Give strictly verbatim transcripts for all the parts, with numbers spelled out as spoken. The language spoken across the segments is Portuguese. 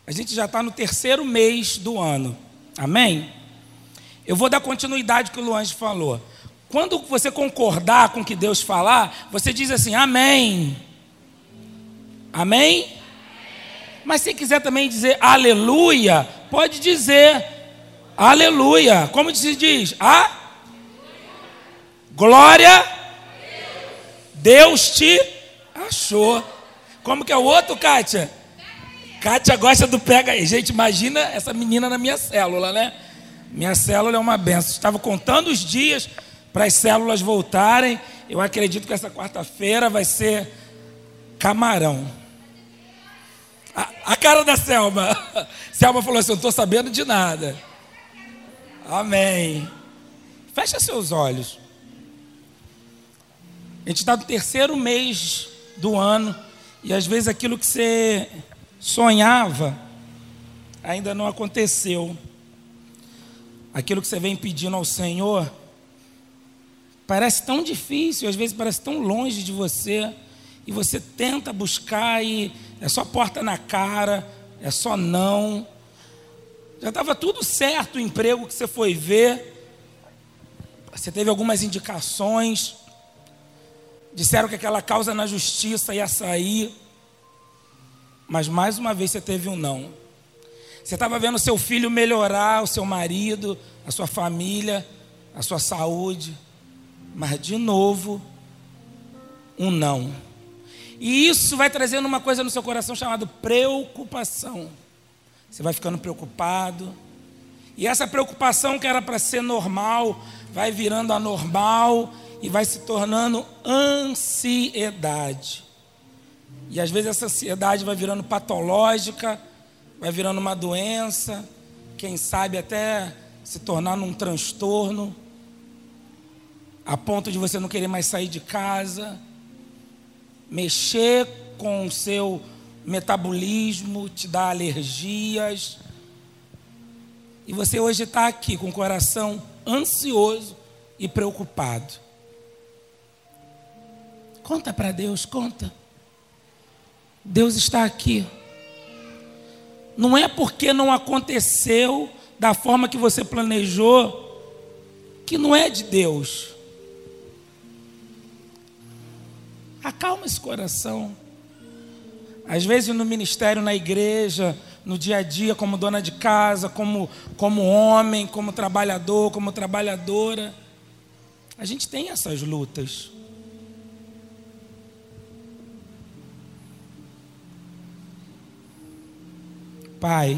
A gente já está no terceiro mês do ano. Amém? Eu vou dar continuidade ao que o Luange falou. Quando você concordar com o que Deus falar, você diz assim, amém. Amém? Mas se quiser também dizer aleluia, pode dizer aleluia. Como se diz? A? Glória. Deus te achou. Como que é o outro, Kátia? Kátia gosta do pega aí. Gente, imagina essa menina na minha célula, né? Minha célula é uma benção. Estava contando os dias para as células voltarem. Eu acredito que essa quarta-feira vai ser camarão. A, a cara da Selma. Selma falou assim, eu não estou sabendo de nada. Amém. Fecha seus olhos. A gente está no terceiro mês do ano. E às vezes aquilo que você sonhava ainda não aconteceu. Aquilo que você vem pedindo ao Senhor parece tão difícil, às vezes parece tão longe de você, e você tenta buscar e é só porta na cara, é só não. Já estava tudo certo o emprego que você foi ver, você teve algumas indicações, disseram que aquela causa na justiça ia sair, mas mais uma vez você teve um não. Você estava vendo seu filho melhorar, o seu marido, a sua família, a sua saúde, mas de novo, um não. E isso vai trazendo uma coisa no seu coração chamada preocupação. Você vai ficando preocupado, e essa preocupação que era para ser normal, vai virando anormal e vai se tornando ansiedade. E às vezes essa ansiedade vai virando patológica, vai virando uma doença, quem sabe até se tornar num transtorno, a ponto de você não querer mais sair de casa, mexer com o seu metabolismo, te dar alergias. E você hoje está aqui com o coração ansioso e preocupado. Conta para Deus, conta. Deus está aqui. Não é porque não aconteceu da forma que você planejou que não é de Deus. Acalma esse coração. Às vezes no ministério, na igreja, no dia a dia, como dona de casa, como, como homem, como trabalhador, como trabalhadora, a gente tem essas lutas. Pai,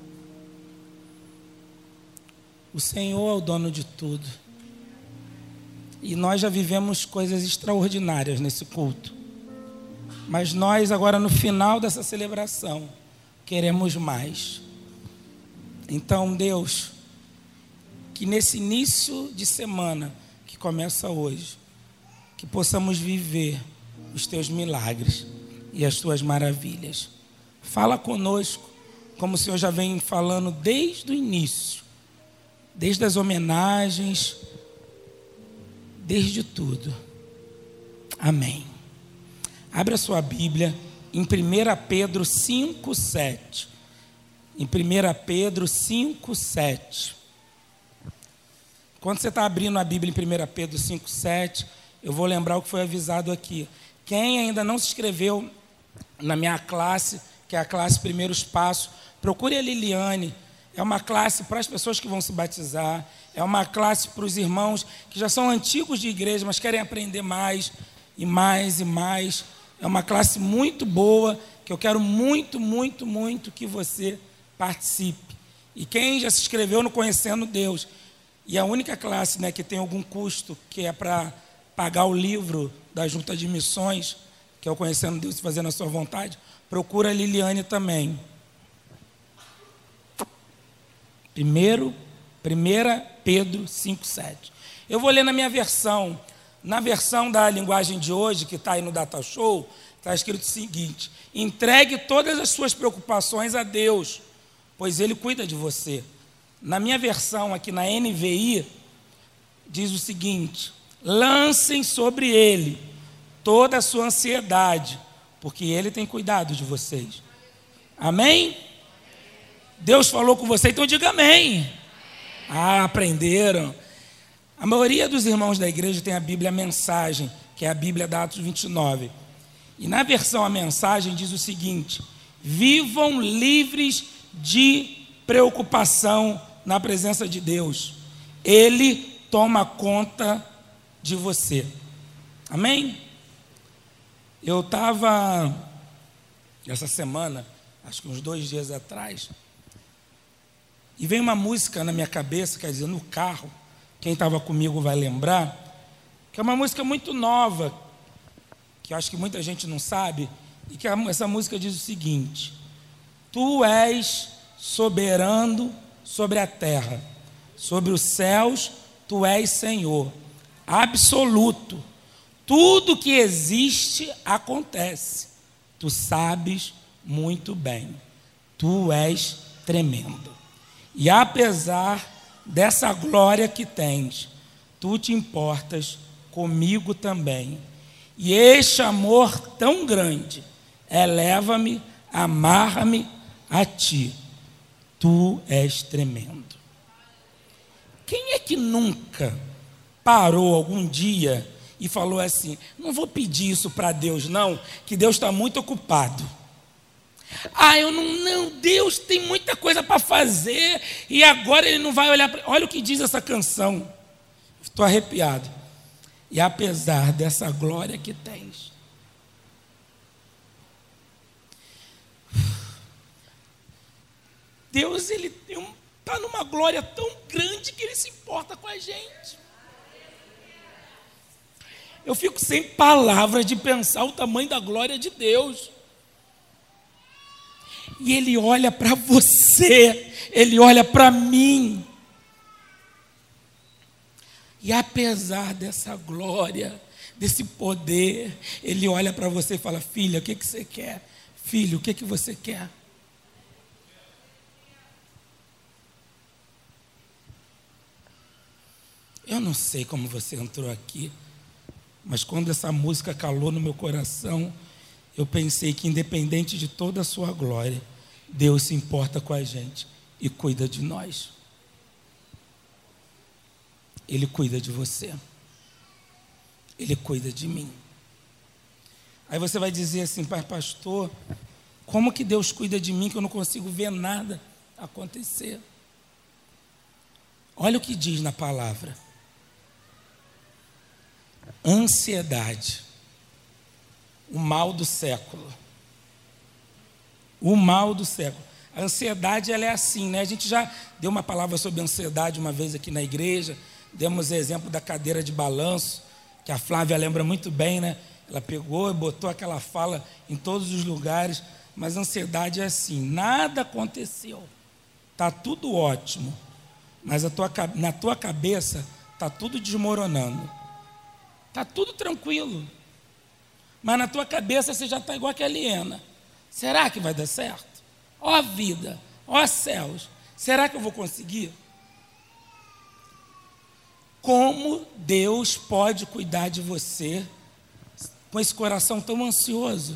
o Senhor é o dono de tudo. E nós já vivemos coisas extraordinárias nesse culto. Mas nós agora no final dessa celebração queremos mais. Então, Deus, que nesse início de semana que começa hoje, que possamos viver os teus milagres e as tuas maravilhas. Fala conosco, como o Senhor já vem falando desde o início, desde as homenagens, desde tudo. Amém. Abra sua Bíblia em primeira Pedro cinco, sete. Em primeira Pedro cinco, sete. Quando você está abrindo a Bíblia em primeira Pedro cinco, sete, eu vou lembrar o que foi avisado aqui. Quem ainda não se inscreveu na minha classe, que é a classe Primeiros Passos, procure a Liliane. É uma classe para as pessoas que vão se batizar. É uma classe para os irmãos que já são antigos de igreja, mas querem aprender mais e mais e mais. É uma classe muito boa, que eu quero muito, muito, muito que você participe. E quem já se inscreveu no Conhecendo Deus, e a única classe, né, que tem algum custo, que é para pagar o livro da Junta de Missões, que é o Conhecendo Deus e Fazendo a Sua Vontade, procura a Liliane também. Primeiro, primeira Pedro cinco, sete. Eu vou ler na minha versão. Na versão da linguagem de hoje, que está aí no Data Show, está escrito o seguinte: entregue todas as suas preocupações a Deus, pois Ele cuida de você. Na minha versão aqui na N V I, diz o seguinte: lancem sobre Ele toda a sua ansiedade, porque Ele tem cuidado de vocês. Amém? Deus falou com você, então diga amém. Ah, aprenderam. A maioria dos irmãos da igreja tem a Bíblia Mensagem, que é a Bíblia da Atos vinte e nove. E na versão a Mensagem diz o seguinte: vivam livres de preocupação na presença de Deus. Ele toma conta de você. Amém? Eu estava, essa semana, acho que uns dois dias atrás, e veio uma música na minha cabeça, quer dizer, no carro, quem estava comigo vai lembrar, que é uma música muito nova, que eu acho que muita gente não sabe, e que essa música diz o seguinte: tu és soberano sobre a terra, sobre os céus tu és Senhor, absoluto, tudo que existe acontece, tu sabes muito bem, tu és tremendo, e apesar dessa glória que tens, tu te importas comigo também, e este amor tão grande eleva-me, amarra-me a ti, tu és tremendo. Quem é que nunca parou algum dia e falou assim: não vou pedir isso para Deus não, que Deus está muito ocupado. Ah, eu não, não, Deus tem muita coisa para fazer e agora Ele não vai olhar para... Olha o que diz essa canção, estou arrepiado. E apesar dessa glória que tens, Deus, Ele está numa glória tão grande que Ele se importa com a gente. Eu fico sem palavras de pensar o tamanho da glória de Deus. E Ele olha para você, Ele olha para mim. E apesar dessa glória, desse poder, Ele olha para você e fala: filha, o que, que você quer? Filho, o que, que você quer? Eu não sei como você entrou aqui, mas quando essa música calou no meu coração, eu pensei que, independente de toda a sua glória, Deus se importa com a gente e cuida de nós. Ele cuida de você. Ele cuida de mim. Aí você vai dizer assim: pai, pastor, como que Deus cuida de mim que eu não consigo ver nada acontecer? Olha o que diz na palavra: ansiedade, o mal do século. O mal do século. A ansiedade, ela é assim, né? A gente já deu uma palavra sobre ansiedade uma vez aqui na igreja. Demos o exemplo da cadeira de balanço, que a Flávia lembra muito bem, né? Ela pegou e botou aquela fala em todos os lugares. Mas a ansiedade é assim: nada aconteceu, está tudo ótimo, mas a tua, na tua cabeça está tudo desmoronando. Está tudo tranquilo, mas na tua cabeça você já está igual aquela hiena. Será que vai dar certo? Ó vida, ó céus, será que eu vou conseguir? Como Deus pode cuidar de você com esse coração tão ansioso?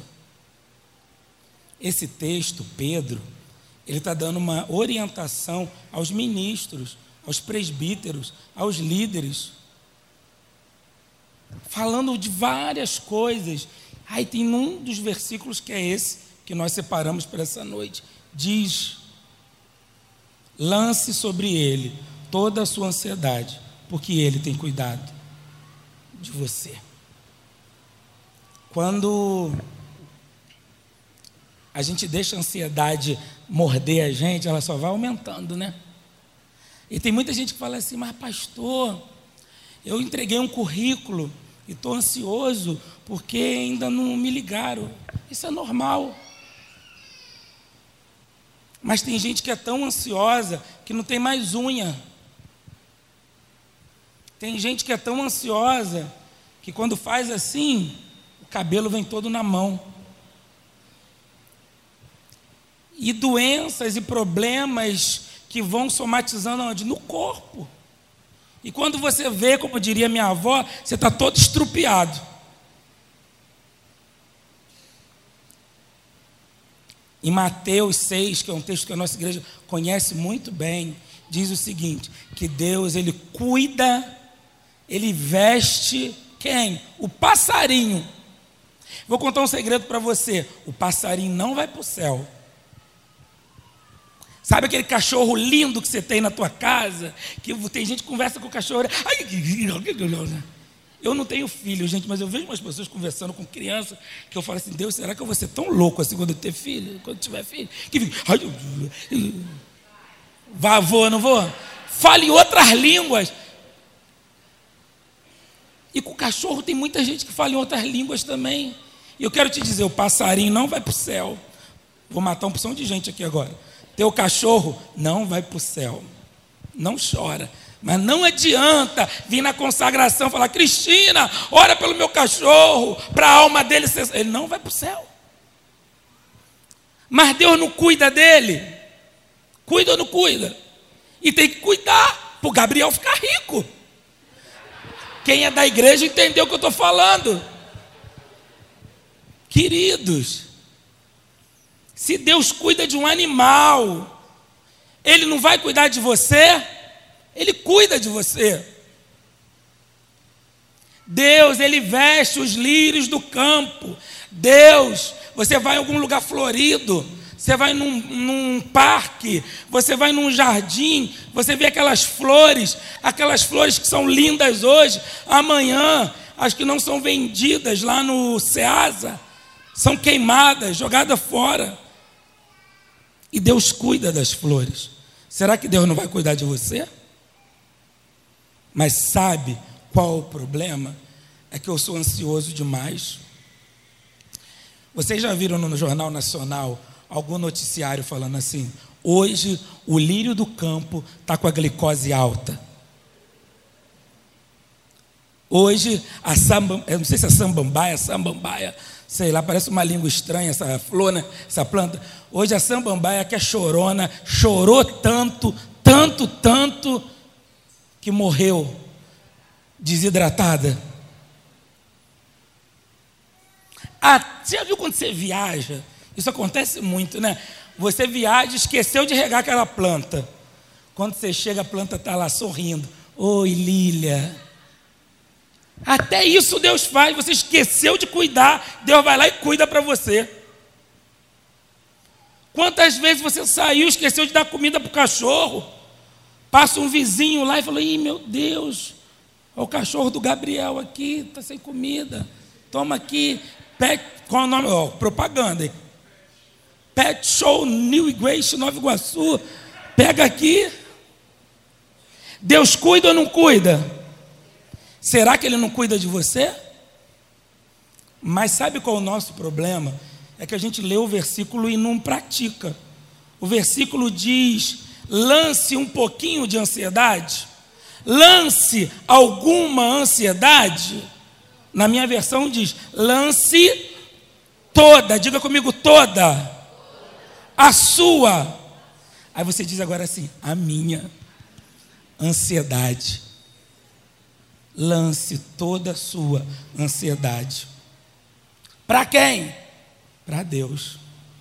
Esse texto, Pedro, ele está dando uma orientação aos ministros, aos presbíteros, aos líderes, falando de várias coisas. Aí tem um dos versículos que é esse, que nós separamos para essa noite. Diz: lance sobre ele toda a sua ansiedade, porque ele tem cuidado de você. Quando a gente deixa a ansiedade morder a gente, ela só vai aumentando, né? E tem muita gente que fala assim: mas pastor, eu entreguei um currículo e estou ansioso porque ainda não me ligaram. Isso é normal. Mas tem gente que é tão ansiosa que não tem mais unha. Tem gente que é tão ansiosa que quando faz assim, o cabelo vem todo na mão. E doenças e problemas que vão somatizando onde? No corpo. E quando você vê, como diria minha avó, você está todo estrupiado. Em Mateus seis, que é um texto que a nossa igreja conhece muito bem, diz o seguinte, que Deus, Ele cuida, Ele veste quem? O passarinho. Vou contar um segredo para você, o passarinho não vai para o céu. Sabe aquele cachorro lindo que você tem na tua casa, que tem gente que conversa com o cachorro, ai, eu não tenho filho, gente, mas eu vejo umas pessoas conversando com criança, que eu falo assim, Deus, será que eu vou ser tão louco assim quando eu ter filho, quando tiver filho? Que fica, vá, vou, não vou? Fale outras línguas. E com o cachorro tem muita gente que fala em outras línguas também. E eu quero te dizer, o passarinho não vai para o céu. Vou matar uma porção de gente aqui agora. Teu cachorro não vai para o céu. Não chora. Mas não adianta vir na consagração e falar, Cristina, ora pelo meu cachorro, para a alma dele ser... Ele não vai para o céu. Mas Deus não cuida dele. Cuida ou não cuida? E tem que cuidar para o Gabriel ficar rico. Quem é da igreja entendeu o que eu estou falando. Queridos, se Deus cuida de um animal, Ele não vai cuidar de você? Ele cuida de você. Deus, Ele veste os lírios do campo. Deus, você vai em algum lugar florido, você vai num, num parque, você vai num jardim, você vê aquelas flores, aquelas flores que são lindas hoje, amanhã, as que não são vendidas lá no Ceasa, são queimadas, jogadas fora. E Deus cuida das flores. Será que Deus não vai cuidar de você? Mas sabe qual o problema? É que eu sou ansioso demais. Vocês já viram no Jornal Nacional algum noticiário falando assim, hoje o lírio do campo está com a glicose alta. Hoje a samba, eu não sei se é samambaia, samambaia, sei lá, parece uma língua estranha essa flor, né? Essa planta. Hoje a samambaia que é chorona, chorou tanto, tanto, tanto, que morreu desidratada. Ah, você já viu quando você viaja? Isso acontece muito, né? Você viaja, esqueceu de regar aquela planta. Quando você chega, a planta está lá sorrindo. Oi, Lília. Até isso Deus faz. Você esqueceu de cuidar, Deus vai lá e cuida para você. Quantas vezes você saiu, esqueceu de dar comida para o cachorro? Passa um vizinho lá e fala, ih, meu Deus, olha o cachorro do Gabriel aqui, está sem comida. Toma aqui, pet, qual é o nome? Oh, propaganda. Pet Show New Iguaçu, Nova Iguaçu. Pega aqui. Deus cuida ou não cuida? Será que Ele não cuida de você? Mas sabe qual é o nosso problema? É que a gente lê o versículo e não pratica. O versículo diz, lance um pouquinho de ansiedade. Lance alguma ansiedade. Na minha versão diz, lance toda, diga comigo, toda. A sua. Aí você diz agora assim, a minha ansiedade. Lance toda a sua ansiedade. Para quem? Para Deus.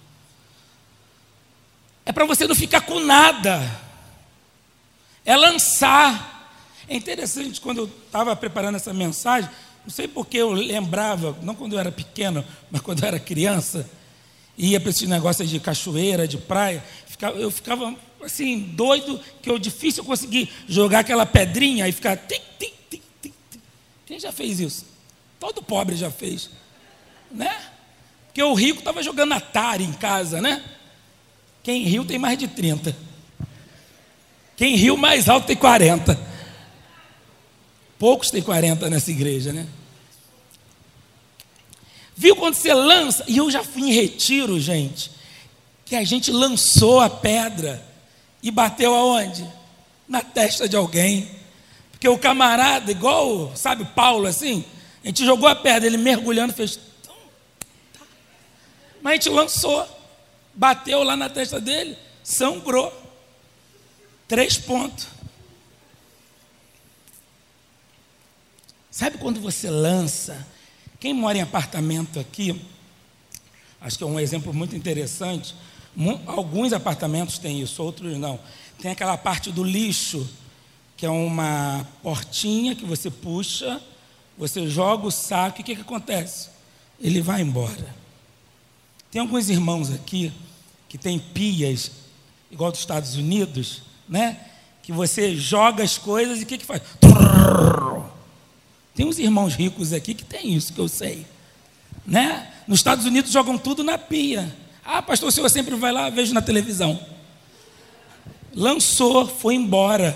É para você não ficar com nada. É lançar. É interessante, quando eu estava preparando essa mensagem, não sei porque eu lembrava, não quando eu era pequeno, mas quando eu era criança, ia para esse negócio de cachoeira, de praia, eu ficava assim, doido, que eu difícil conseguir jogar aquela pedrinha e ficar... Tic, tic, tic, tic, tic. Quem já fez isso? Todo pobre já fez, né? Porque o rico estava jogando Atari em casa, né? Quem riu tem mais de trinta. Quem riu mais alto tem quarenta. Poucos têm quarenta nessa igreja, né? Viu quando você lança? E eu já fui em retiro, gente, que a gente lançou a pedra e bateu aonde? Na testa de alguém. Porque o camarada, igual, sabe, Paulo assim, a gente jogou a pedra, ele mergulhando, fez... Mas a gente lançou, bateu lá na testa dele, sangrou. Três pontos. Sabe quando você lança? Quem mora em apartamento aqui, acho que é um exemplo muito interessante. Alguns apartamentos têm isso, outros não. Tem aquela parte do lixo, que é uma portinha que você puxa, você joga o saco, e o que, que acontece? Ele vai embora. Tem alguns irmãos aqui que tem pias, igual dos Estados Unidos, né? Que você joga as coisas e o que, que faz? Tem uns irmãos ricos aqui que tem isso, que eu sei, né? Nos Estados Unidos jogam tudo na pia. Ah, pastor, o senhor sempre vai lá, vejo na televisão. Lançou, foi embora.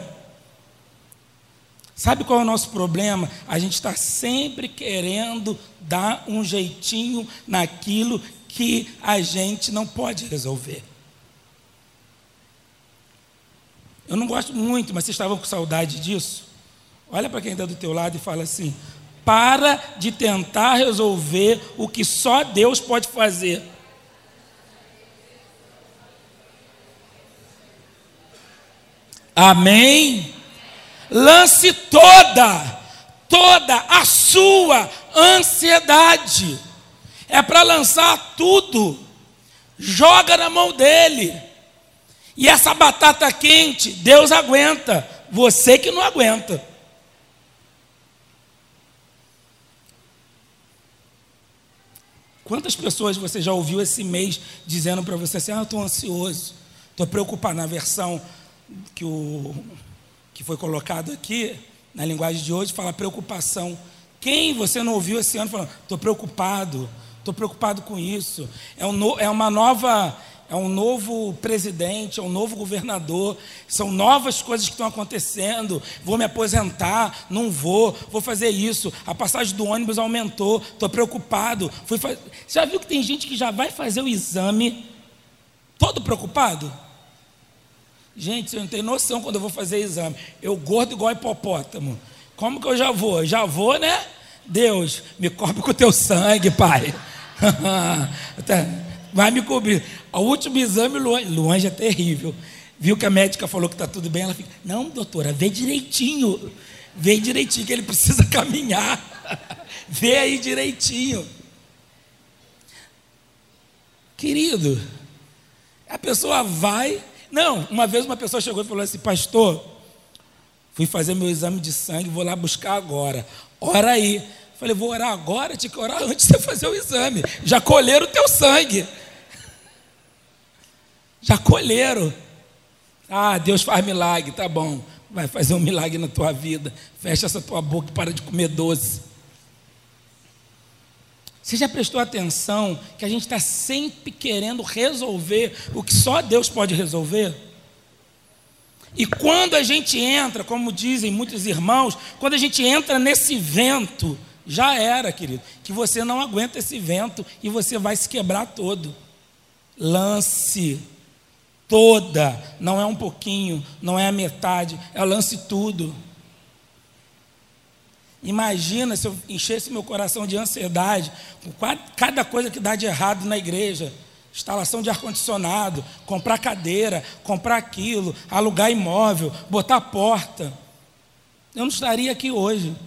Sabe qual é o nosso problema? A gente está sempre querendo dar um jeitinho naquilo que a gente não pode resolver. Eu não gosto muito, mas vocês estavam com saudade disso? Olha para quem está do teu lado e fala assim: para de tentar resolver o que só Deus pode fazer. Amém? Lance toda, toda a sua ansiedade. É para lançar tudo. Joga na mão dele. E essa batata quente, Deus aguenta. Você que não aguenta. Quantas pessoas você já ouviu esse mês dizendo para você assim: ah, eu estou ansioso, estou preocupado? Na versão que, o, que foi colocado aqui, na linguagem de hoje, fala preocupação. Quem você não ouviu esse ano falando: estou preocupado, estou preocupado com isso? É, um no, é uma nova... É um novo presidente, é um novo governador, são novas coisas que estão acontecendo. Vou me aposentar, não vou, vou fazer isso. A passagem do ônibus aumentou, estou preocupado. Fui faz... Já viu que tem gente que já vai fazer o exame todo preocupado? Gente, você não tem noção quando eu vou fazer exame. Eu gordo igual hipopótamo. Como que eu já vou? Já vou, né? Deus, me cobre com o teu sangue, Pai. Vai me cobrir. O último exame, Luanja é terrível. Viu que a médica falou que está tudo bem? Ela fica: não, doutora, vê direitinho. Vê direitinho que ele precisa caminhar. Vê aí direitinho. Querido, a pessoa vai... Não, uma vez uma pessoa chegou e falou assim: pastor, fui fazer meu exame de sangue, vou lá buscar agora. Ora aí. Falei: vou orar agora? Tinha que orar antes de você fazer o exame. Já colheram o teu sangue. Já colheram. Ah, Deus faz milagre, tá bom. Vai fazer um milagre na tua vida. Fecha essa tua boca e para de comer doce. Você já prestou atenção que a gente está sempre querendo resolver o que só Deus pode resolver? E quando a gente entra, como dizem muitos irmãos, quando a gente entra nesse vento, já era, querido, que você não aguenta esse vento e você vai se quebrar todo. Lance toda, não é um pouquinho, não é a metade, é lance tudo. Imagina se eu enchesse meu coração de ansiedade com cada coisa que dá de errado na igreja. Instalação de ar-condicionado, comprar cadeira, comprar aquilo, alugar imóvel, botar porta. Eu não estaria aqui hoje.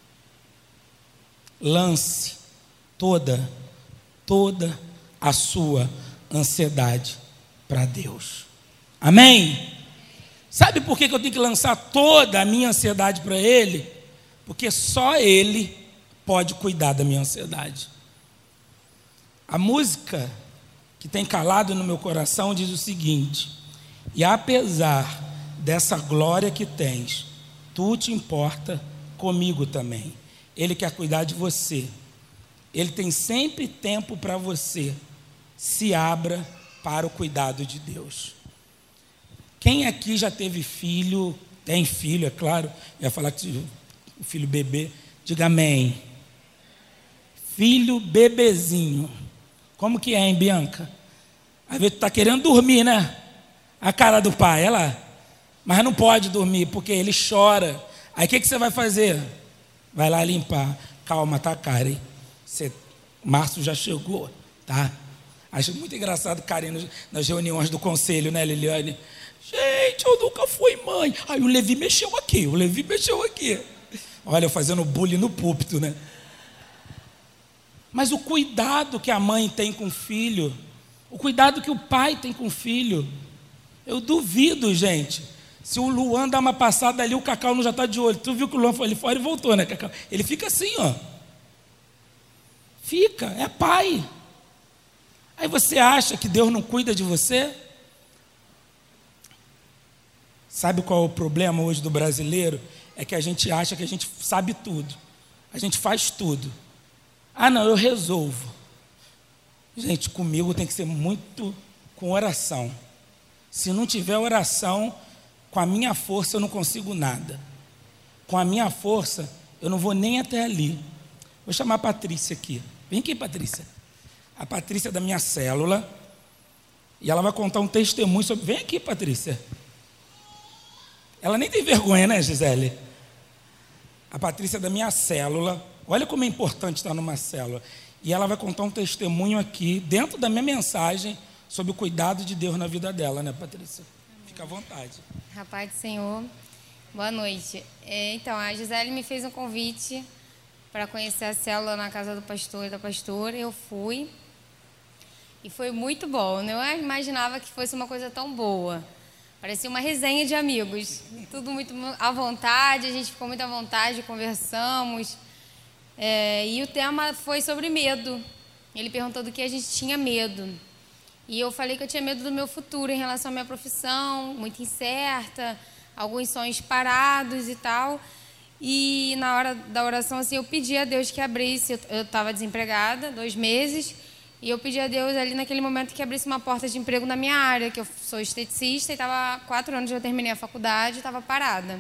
Lance toda, toda a sua ansiedade para Deus. Amém? Sabe por que eu tenho que lançar toda a minha ansiedade para Ele? Porque só Ele pode cuidar da minha ansiedade. A música que tem calado no meu coração diz o seguinte: e apesar dessa glória que tens, tu te importa comigo também. Ele quer cuidar de você. Ele tem sempre tempo para você. Se abra para o cuidado de Deus. Quem aqui já teve filho, tem filho, é claro, eu ia falar que o filho bebê, diga amém. Filho bebezinho. Como que é, hein, Bianca? Às vezes tu está querendo dormir, né? A cara do pai, olha lá. Mas não pode dormir, porque ele chora. Aí o que, que você vai fazer? Vai lá limpar. Calma, tá, Karen? Você, março já chegou, tá? Acho muito engraçado Karen nas reuniões do conselho, né, Liliane? Gente, eu nunca fui mãe. Aí o Levi mexeu aqui, o Levi mexeu aqui. Olha, eu fazendo bullying no púlpito, né? Mas o cuidado que a mãe tem com o filho O cuidado que o pai tem com o filho. Eu duvido, gente. Se o Luan dá uma passada ali, o Cacau não já está de olho. Tu viu que o Luan foi ali fora e voltou, né, Cacau? Ele fica assim, ó. Fica, é pai. Aí você acha que Deus não cuida de você? Sabe qual é o problema hoje do brasileiro? É que a gente acha que a gente sabe tudo. A gente faz tudo. Ah, não, eu resolvo. Gente, comigo tem que ser muito com oração. Se não tiver oração, com a minha força eu não consigo nada. Com a minha força, eu não vou nem até ali. Vou chamar a Patrícia aqui. Vem aqui, Patrícia. A Patrícia é da minha célula. E ela vai contar um testemunho sobre... Vem aqui, Patrícia. Ela nem tem vergonha, né, Gisele? A Patrícia é da minha célula. Olha como é importante estar numa célula. E ela vai contar um testemunho aqui, dentro da minha mensagem, sobre o cuidado de Deus na vida dela, né, Patrícia? Fica à vontade. Rapaz do Senhor, boa noite. É, então, a Gisele me fez um convite para conhecer a célula na casa do pastor e da pastora. Eu fui. E foi muito bom. Eu imaginava que fosse uma coisa tão boa. Parecia uma resenha de amigos. Tudo muito à vontade, a gente ficou muito à vontade, conversamos. É, e o tema foi sobre medo. Ele perguntou do que a gente tinha medo. E eu falei que eu tinha medo do meu futuro em relação à minha profissão, muito incerta, alguns sonhos parados e tal. E na hora da oração, assim, eu pedi a Deus que abrisse. Eu estava desempregada, dois meses, e eu pedi a Deus ali naquele momento que abrisse uma porta de emprego na minha área, que eu sou esteticista e estava há quatro anos, já terminei a faculdade, estava parada,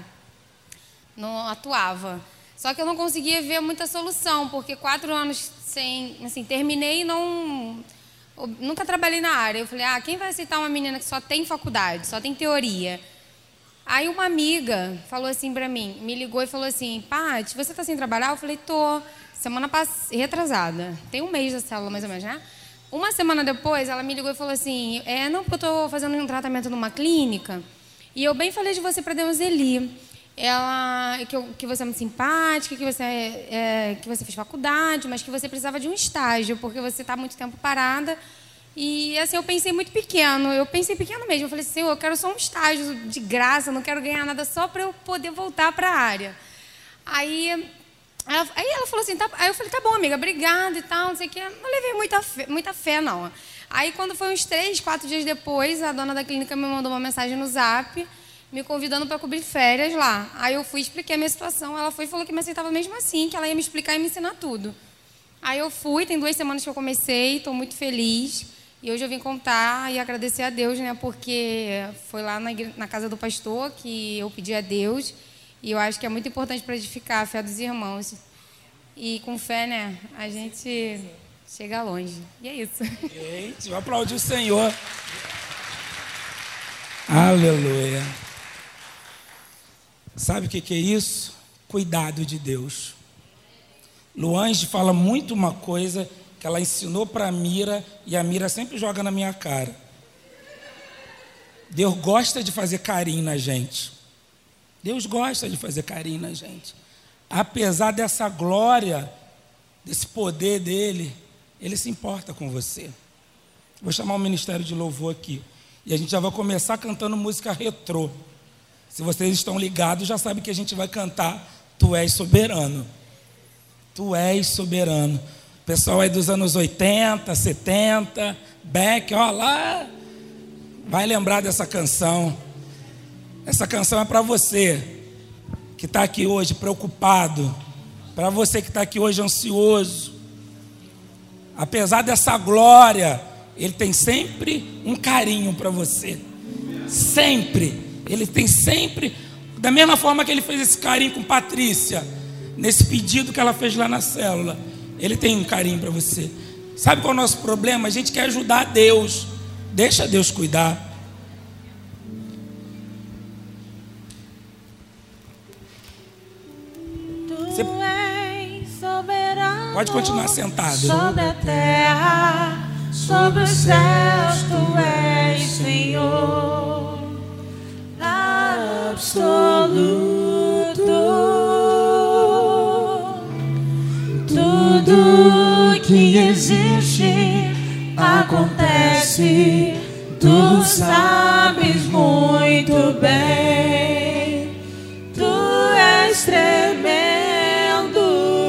não atuava. Só que eu não conseguia ver muita solução, porque quatro anos sem, assim, terminei e não, nunca trabalhei na área. Eu falei, ah, quem vai aceitar uma menina que só tem faculdade, só tem teoria? Aí uma amiga falou assim para mim, me ligou e falou assim, Paty, você está sem trabalhar? Eu falei, tô. Semana passada, retrasada, tem um mês da célula mais ou menos, né? Uma semana depois, ela me ligou e falou assim, é, não, porque eu estou fazendo um tratamento numa clínica, e eu bem falei de você para Deuseli. Ela, que, eu, que você é muito simpática, que você, é, que você fez faculdade, mas que você precisava de um estágio, porque você está muito tempo parada. E assim, eu pensei muito pequeno, eu pensei pequeno mesmo. Eu falei assim, eu quero só um estágio de graça, não quero ganhar nada, só para eu poder voltar para a área. Aí, ela, aí ela falou assim, tá, aí eu falei, tá bom, amiga, obrigada e tal, não sei o quê. Não levei muita fé, muita fé, não. Aí, quando foi uns três, quatro dias depois, a dona da clínica me mandou uma mensagem no Zap, me convidando para cobrir férias lá. Aí eu fui, expliquei a minha situação, ela foi e falou que me aceitava mesmo assim, que ela ia me explicar e me ensinar tudo. Aí eu fui, tem duas semanas que eu comecei, estou muito feliz. E hoje eu vim contar e agradecer a Deus, né? Porque foi lá na, igreja, na casa do pastor que eu pedi a Deus. E eu acho que é muito importante para edificar a fé dos irmãos. E com fé, né? A gente chega longe. E é isso. Gente, vou aplaudir o Senhor. Aleluia. Sabe o que, que é isso? Cuidado de Deus. Luange fala muito uma coisa que ela ensinou para a Mira, e a Mira sempre joga na minha cara. Deus gosta de fazer carinho na gente. Deus gosta de fazer carinho na gente. Apesar dessa glória, desse poder dele, ele se importa com você. Vou chamar o Ministério de Louvor aqui. E a gente já vai começar cantando música retrô. Se vocês estão ligados, já sabem que a gente vai cantar Tu És Soberano. Tu és soberano. Pessoal aí dos anos oitenta, setenta, Beck, ó lá, vai lembrar dessa canção. Essa canção é para você que está aqui hoje preocupado, para você que está aqui hoje ansioso. Apesar dessa glória, ele tem sempre um carinho para você. Sempre. Ele tem sempre, da mesma forma que ele fez esse carinho com Patrícia, nesse pedido que ela fez lá na célula. Ele tem um carinho para você. Sabe qual é o nosso problema? A gente quer ajudar Deus. Deixa Deus cuidar. Você pode continuar sentado. Sobre a terra, sobre os céus, tu és Senhor absoluto. Tudo que existe acontece, tu sabes muito bem, tu és tremendo,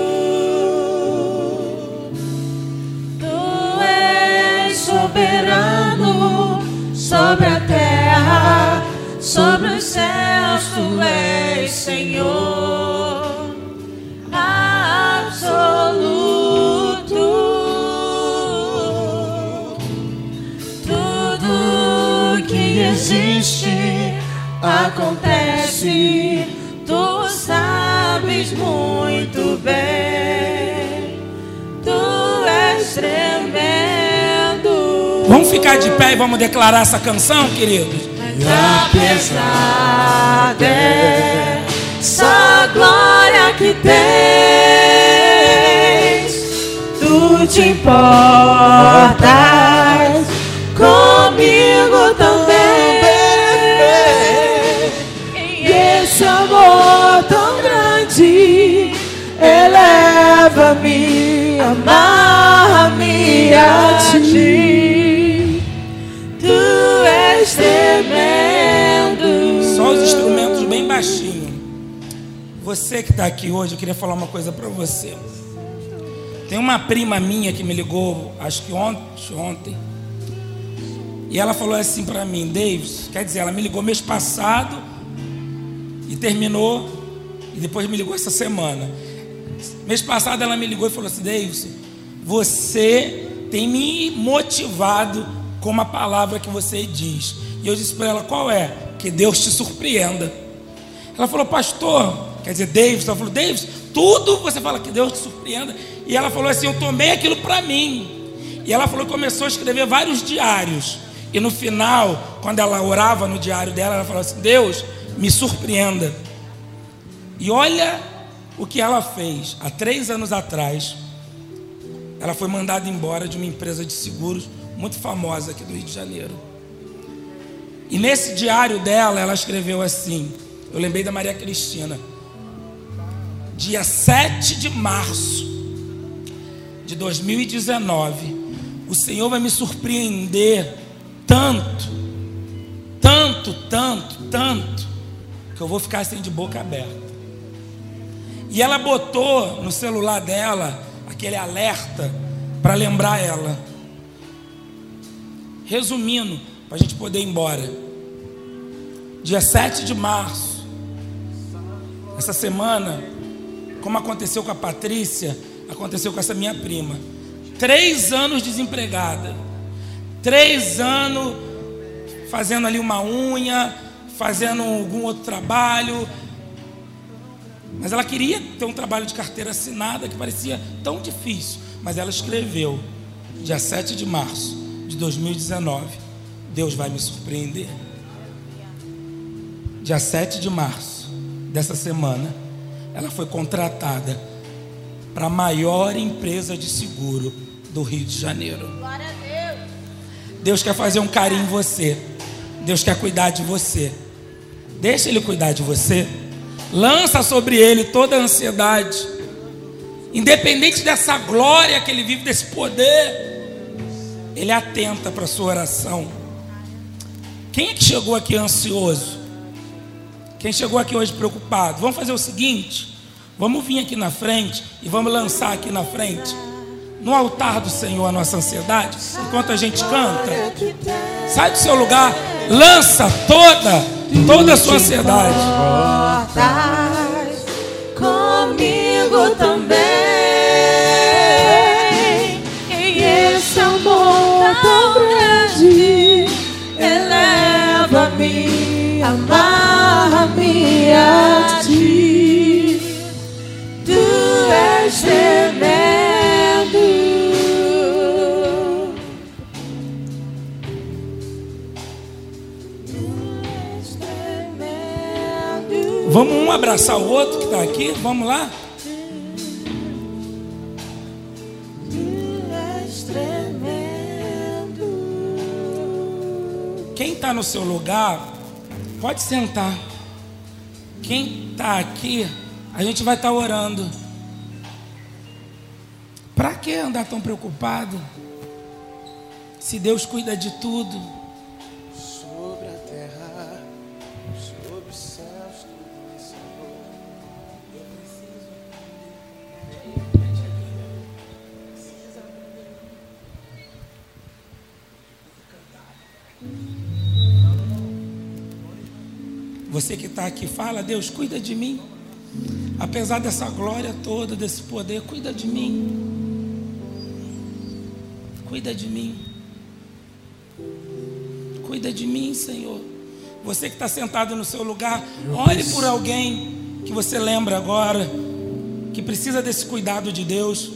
tu és soberano sobre a terra, sobre os céus, tu és Senhor absoluto. Tudo que existe acontece, tu sabes muito bem, tu és tremendo. Vamos ficar de pé e vamos declarar essa canção, queridos? E apesar dessa glória que tens, tu te importas comigo também. E esse amor tão grande eleva-me, amarra-me a ti. Tu és tremendo. Só os instrumentos bem baixinho. Você que está aqui hoje, eu queria falar uma coisa para você. Tem uma prima minha que me ligou, acho que ontem, ontem. E ela falou assim para mim, Davis, quer dizer, ela me ligou mês passado e terminou, e depois me ligou essa semana. Mês passado ela me ligou e falou assim, Davis, você tem me motivado com uma palavra que você diz. E eu disse para ela, qual é? Que Deus te surpreenda. Ela falou, pastor, quer dizer, Davis, ela falou, Davis, tudo você fala que Deus te surpreenda. E ela falou assim, eu tomei aquilo para mim. E ela falou que começou a escrever vários diários. E no final, quando ela orava no diário dela, ela falou assim, Deus, me surpreenda. E olha o que ela fez. Há três anos atrás, ela foi mandada embora de uma empresa de seguros muito famosa aqui do Rio de Janeiro. E nesse diário dela, ela escreveu assim, eu lembrei da Maria Cristina, dia sete de março de dois mil e dezenove, o Senhor vai me surpreender tanto, tanto, tanto, tanto, que eu vou ficar assim de boca aberta. E ela botou no celular dela aquele alerta para lembrar ela. Resumindo, para a gente poder ir embora, dia sete de março, essa semana, como aconteceu com a Patrícia, aconteceu com essa minha prima. Três anos desempregada, três anos fazendo ali uma unha, fazendo algum outro trabalho, mas ela queria ter um trabalho de carteira assinada que parecia tão difícil, mas ela escreveu, dia sete de março de dois mil e dezenove, Deus vai me surpreender. Dia sete de março dessa semana, ela foi contratada para a maior empresa de seguro do Rio de Janeiro. Glória a Deus. Deus quer fazer um carinho em você. Deus quer cuidar de você. Deixa Ele cuidar de você. Lança sobre Ele toda a ansiedade. Independente dessa glória que Ele vive, desse poder, Ele atenta para a sua oração. Quem é que chegou aqui ansioso? Quem chegou aqui hoje preocupado? Vamos fazer o seguinte, vamos vir aqui na frente e vamos lançar aqui na frente, no altar do Senhor, a nossa ansiedade, enquanto a gente canta. Sai do seu lugar, lança toda, toda a sua ansiedade. Comigo também, e esse amor tão grande eleva-me, amarra-me a ti. Tu és tremendo. Tu és tremendo. Vamos um abraçar o outro que está aqui, vamos lá? Quem está no seu lugar, pode sentar. Quem está aqui, a gente vai estar orando. Para que andar tão preocupado? Se Deus cuida de tudo, sobre a terra, sobre os céus, tudo isso. você que está aqui, fala: Deus, cuida de mim. Apesar dessa glória toda, desse poder, cuida de mim. Cuida de mim. Cuida de mim, Senhor. Você que está sentado no seu lugar, ore por alguém que você lembra agora, que precisa desse cuidado de Deus.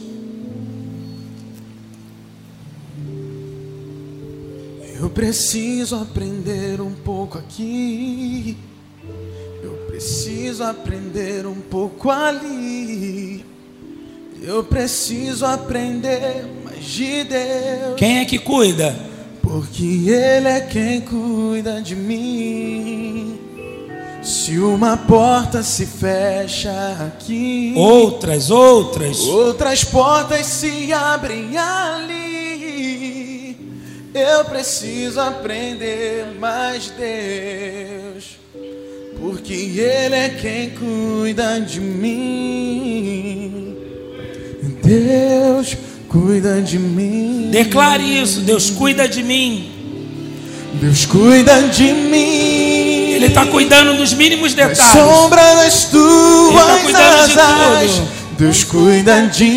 Eu preciso aprender um pouco aqui, eu preciso aprender um pouco ali, eu preciso aprender mais de Deus. Quem é que cuida? Porque Ele é quem cuida de mim. Se uma porta se fecha aqui, Outras, outras. outras portas se abrem ali. Eu preciso aprender mais de Deus, porque Ele é quem cuida de mim. Deus cuida de mim. Declare isso: Deus cuida de mim. Deus cuida de mim. Ele está cuidando dos mínimos detalhes. Na sombra das tuas Ele tá cuidando de asas, tudo. Deus cuida de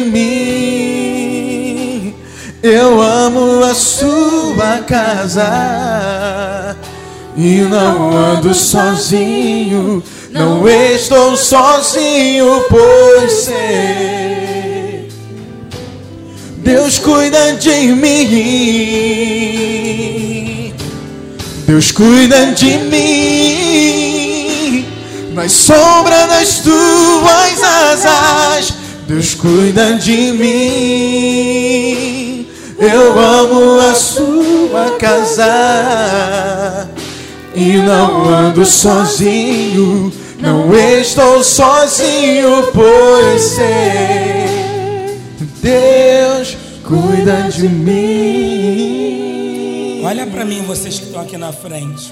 mim. Eu amo a sua casa e não ando sozinho, não estou sozinho, pois sei, Deus cuida de mim. Deus cuida de mim. Na sombra das tuas asas, Deus cuida de mim. Eu amo a sua casa e não ando sozinho, não estou sozinho, pois sei, Deus cuida de mim. Olha para mim, vocês que estão aqui na frente.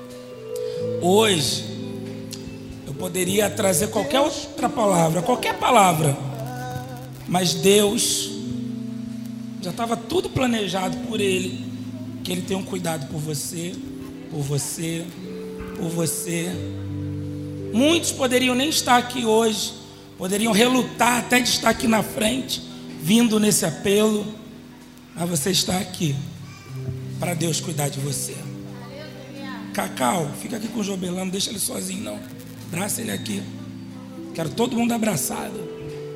Hoje eu poderia trazer qualquer outra palavra, qualquer palavra, mas Deus já estava tudo planejado por Ele, que Ele tem um cuidado por você, por você, por você. Muitos poderiam nem estar aqui hoje, poderiam relutar até de estar aqui na frente, vindo nesse apelo, mas você está aqui para Deus cuidar de você. Cacau, fica aqui com o Jobelano, não deixa ele sozinho não, abraça ele aqui, quero todo mundo abraçado.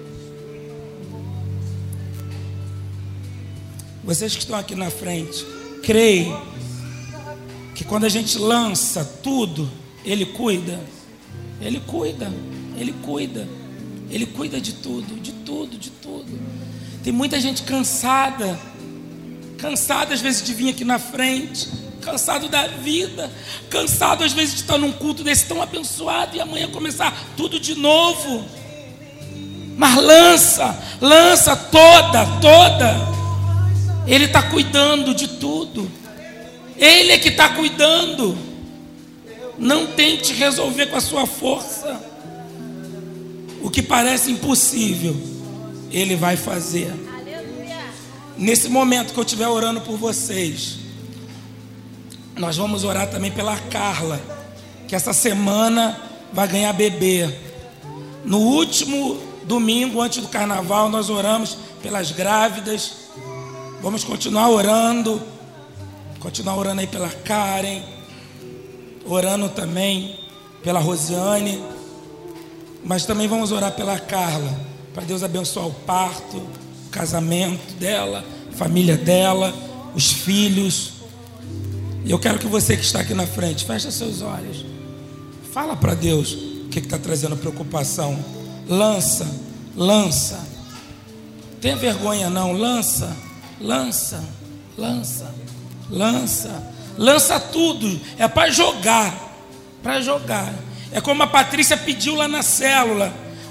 Vocês que estão aqui na frente, creem que quando a gente lança tudo, Ele cuida, Ele cuida, Ele cuida, Ele cuida de tudo, de tudo, de tudo. Tem muita gente cansada, cansado às vezes de vir aqui na frente, cansado da vida, cansado às vezes de estar num culto desse tão abençoado e amanhã começar tudo de novo. Mas lança, lança toda, toda. Ele está cuidando de tudo. Ele é que está cuidando. Não tente resolver com a sua força. O que parece impossível, Ele vai fazer. Nesse momento que eu estiver orando por vocês, nós vamos orar também pela Carla, que essa semana vai ganhar bebê. No último domingo, antes do carnaval, nós oramos pelas grávidas. Vamos continuar orando, continuar orando aí pela Karen, orando também pela Rosiane, mas também vamos orar pela Carla, para Deus abençoar o parto, o casamento dela, a família dela, os filhos. E eu quero que você que está aqui na frente, feche seus olhos, fala para Deus o que está trazendo preocupação. Lança, lança, tenha vergonha não, lança. Lança, lança, lança, lança tudo. É para jogar, para jogar. É como a Patrícia pediu lá na célula.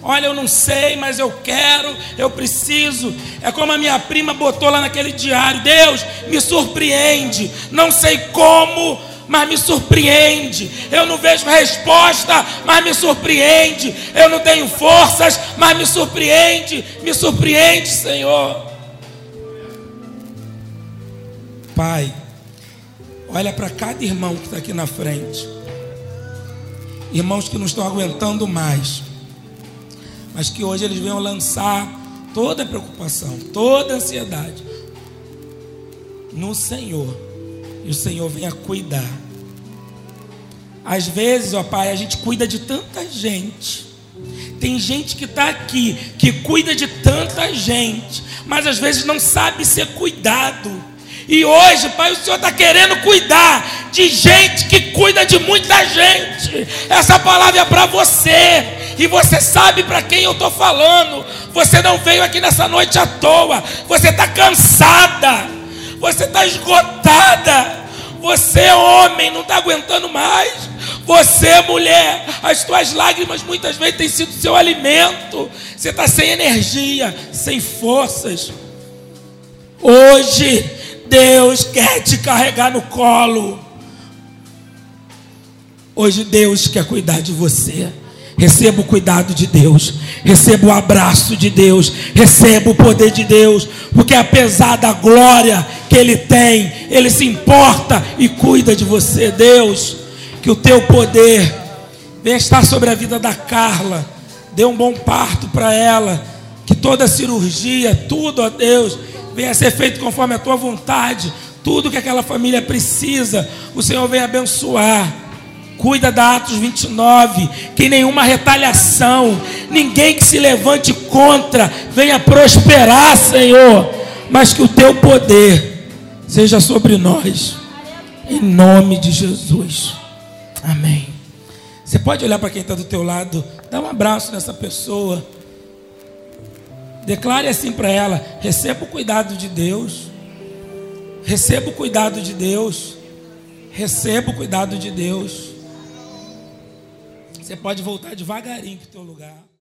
Olha, eu não sei, mas eu quero, eu preciso. É como a minha prima botou lá naquele diário: Deus, me surpreende. Não sei como, mas me surpreende. Eu não vejo resposta, mas me surpreende. Eu não tenho forças, mas me surpreende. Me surpreende, Senhor. Pai, olha para cada irmão que está aqui na frente. Irmãos que não estão aguentando mais, mas que hoje eles venham lançar toda a preocupação, toda a ansiedade no Senhor, e o Senhor venha cuidar. Às vezes, ó Pai, a gente cuida de tanta gente. Tem gente que está aqui, que cuida de tanta gente, mas às vezes não sabe ser cuidado. E hoje, Pai, o Senhor está querendo cuidar de gente que cuida de muita gente. Essa palavra é para você, e você sabe para quem eu estou falando. Você não veio aqui nessa noite à toa. Você está cansada, você está esgotada. Você, homem, não está aguentando mais. Você, mulher, as tuas lágrimas muitas vezes têm sido seu alimento. Você está sem energia, sem forças. Hoje Deus quer te carregar no colo. Hoje Deus quer cuidar de você. Receba o cuidado de Deus, receba o abraço de Deus, receba o poder de Deus, porque apesar da glória que Ele tem, Ele se importa e cuida de você. Deus, que o teu poder venha estar sobre a vida da Carla. Dê um bom parto para ela, que toda cirurgia, tudo, ó Deus, venha ser feito conforme a tua vontade. Tudo que aquela família precisa, o Senhor venha abençoar. Cuida da Atos vinte e nove, que nenhuma retaliação, ninguém que se levante contra venha prosperar, Senhor, mas que o teu poder seja sobre nós, em nome de Jesus, amém. Você pode olhar para quem está do teu lado, dá um abraço nessa pessoa, declare assim para ela: receba o cuidado de Deus, receba o cuidado de Deus, receba o cuidado de Deus. Você pode voltar devagarinho para o teu lugar.